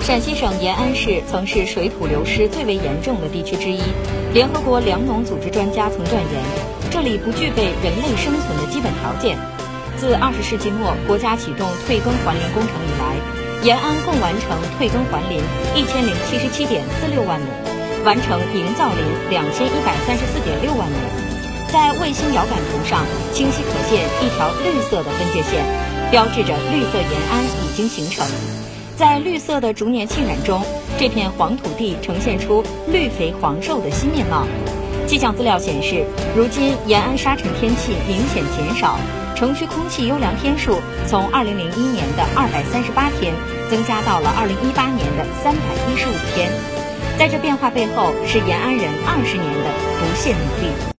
陕西省延安市曾是水土流失最为严重的地区之一。联合国粮农组织专家曾断言，这里不具备人类生存的基本条件。自20世纪末国家启动退耕还林工程以来，延安共完成退耕还林1077.46万亩，完成营造林2134.6万亩。在卫星遥感图上清晰可见一条绿色的分界线，标志着绿色延安已经形成。在绿色的逐年浸染中，这片黄土地呈现出绿肥黄瘦的新面貌。气象资料显示，如今延安沙尘天气明显减少，城区空气优良天数从2001年的238天增加到了2018年的315天。在这变化背后，是延安人20年的不懈努力。